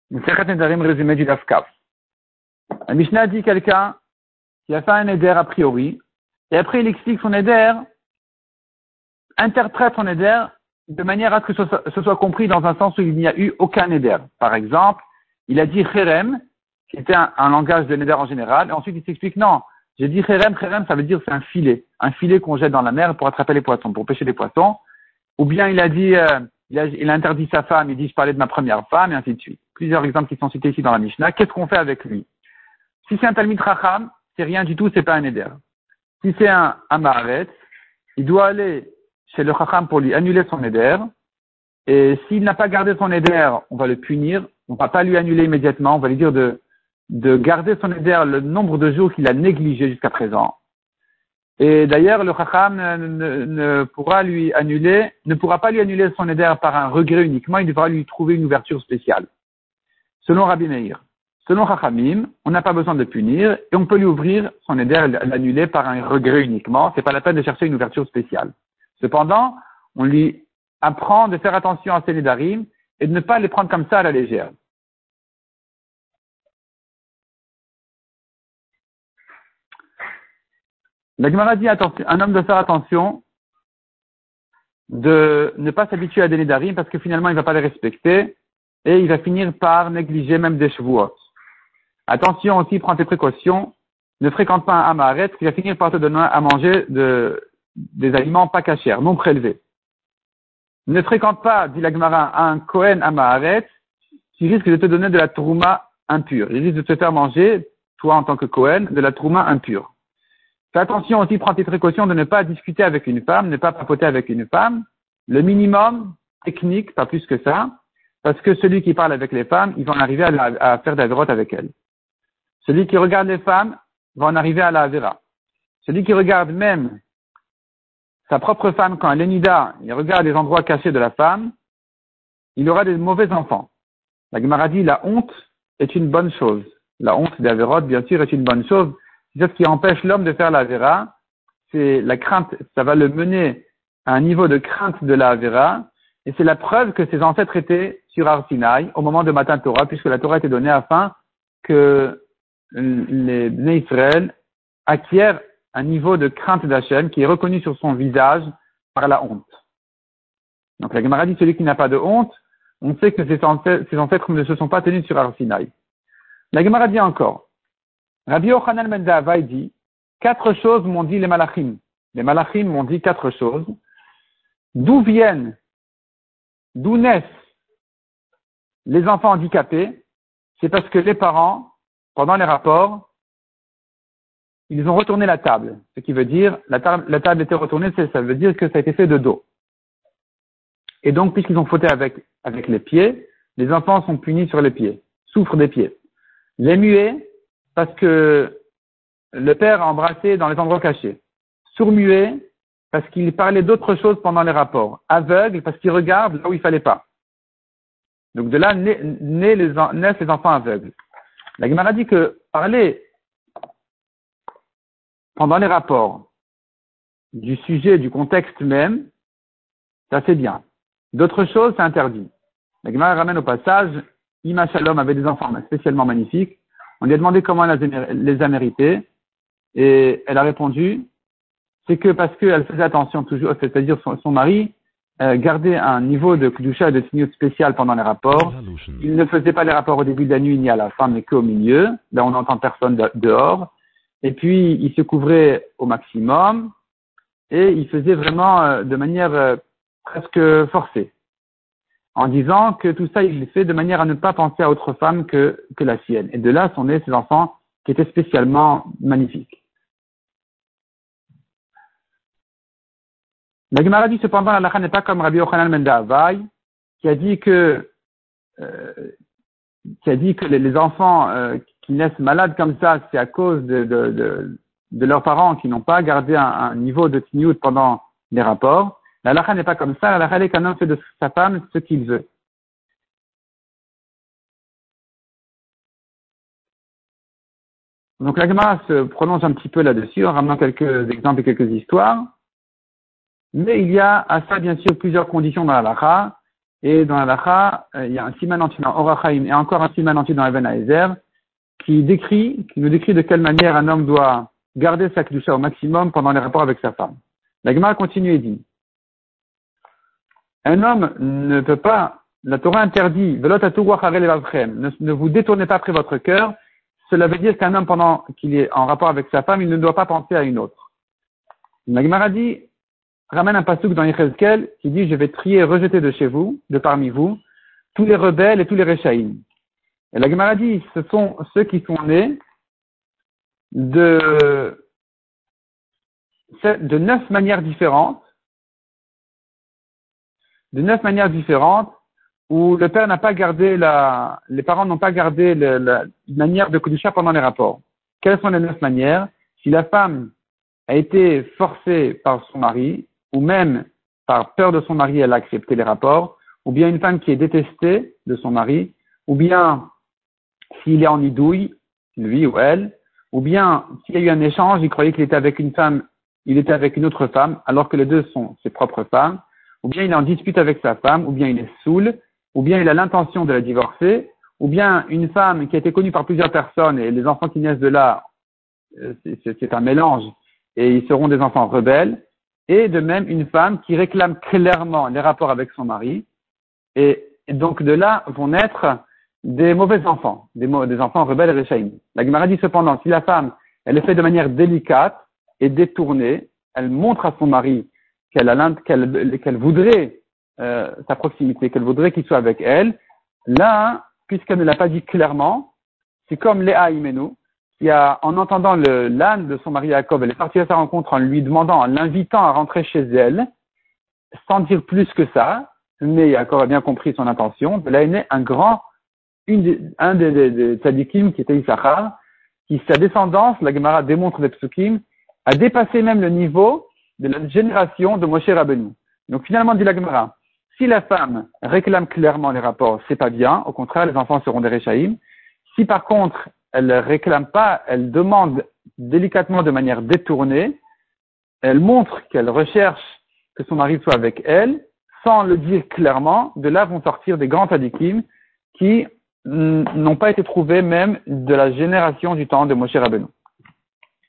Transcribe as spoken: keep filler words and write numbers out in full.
Sechet Nedarim résumé du Daf Kaf. La Mishnah dit quelqu'un qui a fait un éder a priori, et après il explique son éder, interprète son éder de manière à ce que ce soit, ce soit compris dans un sens où il n'y a eu aucun éder. Par exemple, il a dit Cherem, qui était un, un langage de néder en général, et ensuite il s'explique non, j'ai dit Cherem, Cherem ça veut dire c'est un filet, un filet qu'on jette dans la mer pour attraper les poissons, pour pêcher les poissons. Ou bien il a dit, euh, il, a, il a interdit sa femme, il dit je parlais de ma première femme, et ainsi de suite. Plusieurs exemples qui sont cités ici dans la Mishnah. Qu'est-ce qu'on fait avec lui? Si c'est un Talmid Chacham, c'est rien du tout, c'est pas un éder. Si c'est un, un Maharet, il doit aller chez le Chacham pour lui annuler son éder, et s'il n'a pas gardé son éder, on va le punir, on va pas lui annuler immédiatement, on va lui dire de, de garder son éder le nombre de jours qu'il a négligé jusqu'à présent. Et d'ailleurs, le Chacham ne, ne, ne pourra lui annuler, ne pourra pas lui annuler son éder par un regret uniquement, il devra lui trouver une ouverture spéciale. Selon Rabbi Meir. Selon Chachamim, on n'a pas besoin de punir, et on peut lui ouvrir son éder et l'annuler par un regret uniquement, c'est pas la peine de chercher une ouverture spéciale. Cependant, on lui apprend de faire attention à ses nédarim, et de ne pas les prendre comme ça à la légère. La Gemara dit attention, un homme doit faire attention de ne pas s'habituer à des nédarim parce que finalement il va pas les respecter et il va finir par négliger même des chevaux. Attention aussi, prends tes précautions, ne fréquente pas un amaret qui va finir par te donner à manger de, des aliments pas cachers, non prélevés. Ne fréquente pas, dit la Gemara, un Kohen amaret qui risque de te donner de la trouma impure. Il risque de te faire manger, toi en tant que Kohen, de la trouma impure. Fais attention aussi, prends tes précautions de ne pas discuter avec une femme, ne pas papoter avec une femme. Le minimum technique, pas plus que ça, parce que celui qui parle avec les femmes, il va en arriver à, la, à faire des vérotes avec elles. Celui qui regarde les femmes va en arriver à la avéra. Celui qui regarde même sa propre femme quand elle est nida, il regarde les endroits cachés de la femme, il aura des mauvais enfants. La Gemara dit, la honte est une bonne chose. La honte des avérotes, bien sûr, est une bonne chose. C'est ce qui empêche l'homme de faire la avéra, c'est la crainte, ça va le mener à un niveau de crainte de la avéra, et c'est la preuve que ses ancêtres étaient sur Har Sinaï au moment de Matan Torah, puisque la Torah était donnée afin que les Bnei Israël acquièrent un niveau de crainte d'Hachem qui est reconnu sur son visage par la honte. Donc la Gemara dit, celui qui n'a pas de honte, on sait que ses ancêtres, ses ancêtres ne se sont pas tenus sur Har Sinaï. La Gemara dit encore, Rabbi Yochanan ben Doava dit, quatre choses m'ont dit les malachim. Les malachim m'ont dit quatre choses. D'où viennent, d'où naissent les enfants handicapés? C'est parce que les parents, pendant les rapports, ils ont retourné la table. Ce qui veut dire, la table, la table était retournée, ça veut dire que ça a été fait de dos. Et donc, puisqu'ils ont fauté avec, avec les pieds, les enfants sont punis sur les pieds, souffrent des pieds. Les muets, parce que le père a embrassé dans les endroits cachés. Sourd-muet, parce qu'il parlait d'autres choses pendant les rapports. Aveugle, parce qu'il regarde là où il fallait pas. Donc de là naissent les, naissent les enfants aveugles. La Gemara dit que parler pendant les rapports du sujet, du contexte même, ça c'est bien. D'autres choses, c'est interdit. La Gemara ramène au passage, Ima Shalom avait des enfants spécialement magnifiques. On lui a demandé comment elle les a mérités, et elle a répondu, c'est que parce qu'elle faisait attention toujours, c'est-à-dire son, son mari euh, gardait un niveau de kdusha et de tzniut spécial pendant les rapports. Il ne faisait pas les rapports au début de la nuit ni à la fin, mais qu'au milieu. Là, on n'entend personne de, dehors. Et puis, il se couvrait au maximum, et il faisait vraiment euh, de manière euh, presque forcée. En disant que tout ça, il le fait de manière à ne pas penser à autre femme que, que la sienne. Et de là sont nés ces enfants qui étaient spécialement magnifiques. La Gemara dit cependant, la halakha n'est pas comme Rabbi Yochanan ben Doava, qui a dit que, euh, qui a dit que les, les enfants euh, qui naissent malades comme ça, c'est à cause de, de, de, de leurs parents qui n'ont pas gardé un, un niveau de tniout pendant les rapports. La halakha n'est pas comme ça, la halakha est qu'un homme fait de sa femme ce qu'il veut. Donc la Gemara se prononce un petit peu là-dessus en ramenant quelques exemples et quelques histoires. Mais il y a à ça bien sûr plusieurs conditions dans la halakha. Et dans la Lacha, il y a un siman entier dans Or HaChaim et encore un siman entier dans Even HaEzer qui décrit, qui nous décrit de quelle manière un homme doit garder sa kedusha au maximum pendant les rapports avec sa femme. La Gemara continue et dit, un homme ne peut pas, la Torah interdit, ne, ne vous détournez pas après votre cœur. Cela veut dire qu'un homme, pendant qu'il est en rapport avec sa femme, il ne doit pas penser à une autre. La Gemara dit, ramène un pasuk dans Yechezkel qui dit, je vais trier et rejeter de chez vous, de parmi vous, tous les rebelles et tous les réchaïm. Et la Gemara dit, ce sont ceux qui sont nés de, de neuf manières différentes, de neuf manières différentes, où le père n'a pas gardé la, les parents n'ont pas gardé le, la manière de Kedusha pendant les rapports. Quelles sont les neuf manières? Si la femme a été forcée par son mari, ou même par peur de son mari, elle a accepté les rapports, ou bien une femme qui est détestée de son mari, ou bien s'il est en idouille, lui ou elle, ou bien s'il y a eu un échange, il croyait qu'il était avec une femme, il était avec une autre femme, alors que les deux sont ses propres femmes, ou bien il est en dispute avec sa femme, ou bien il est saoul, ou bien il a l'intention de la divorcer, ou bien une femme qui a été connue par plusieurs personnes et les enfants qui naissent de là, c'est, c'est un mélange, et ils seront des enfants rebelles, et de même une femme qui réclame clairement les rapports avec son mari, et, et donc de là vont naître des mauvais enfants, des, des enfants rebelles et réchaïm. La Gemara dit cependant, si la femme, elle le fait de manière délicate et détournée, elle montre à son mari qu'elle a qu'elle, qu'elle voudrait euh, sa proximité, qu'elle voudrait qu'il soit avec elle, là, puisqu'elle ne l'a pas dit clairement, c'est comme Léa Imenu, qui a, en entendant le l'âne de son mari Jacob, elle est partie à sa rencontre en lui demandant, en l'invitant à rentrer chez elle, sans dire plus que ça, mais Jacob a bien compris son intention. De là est né un grand, une des, un des, des, des tzadikim qui était Issachar, qui sa descendance, la Gemara démontre des psukim, a dépassé même le niveau de la génération de Moshe Rabbeinu. Donc finalement, dit la Gemara, si la femme réclame clairement les rapports, c'est pas bien, au contraire, les enfants seront des réchaïm. Si par contre, elle ne réclame pas, elle demande délicatement de manière détournée, elle montre qu'elle recherche que son mari soit avec elle, sans le dire clairement, de là vont sortir des grands tzadikim qui n'ont pas été trouvés même de la génération du temps de Moshe Rabbeinu.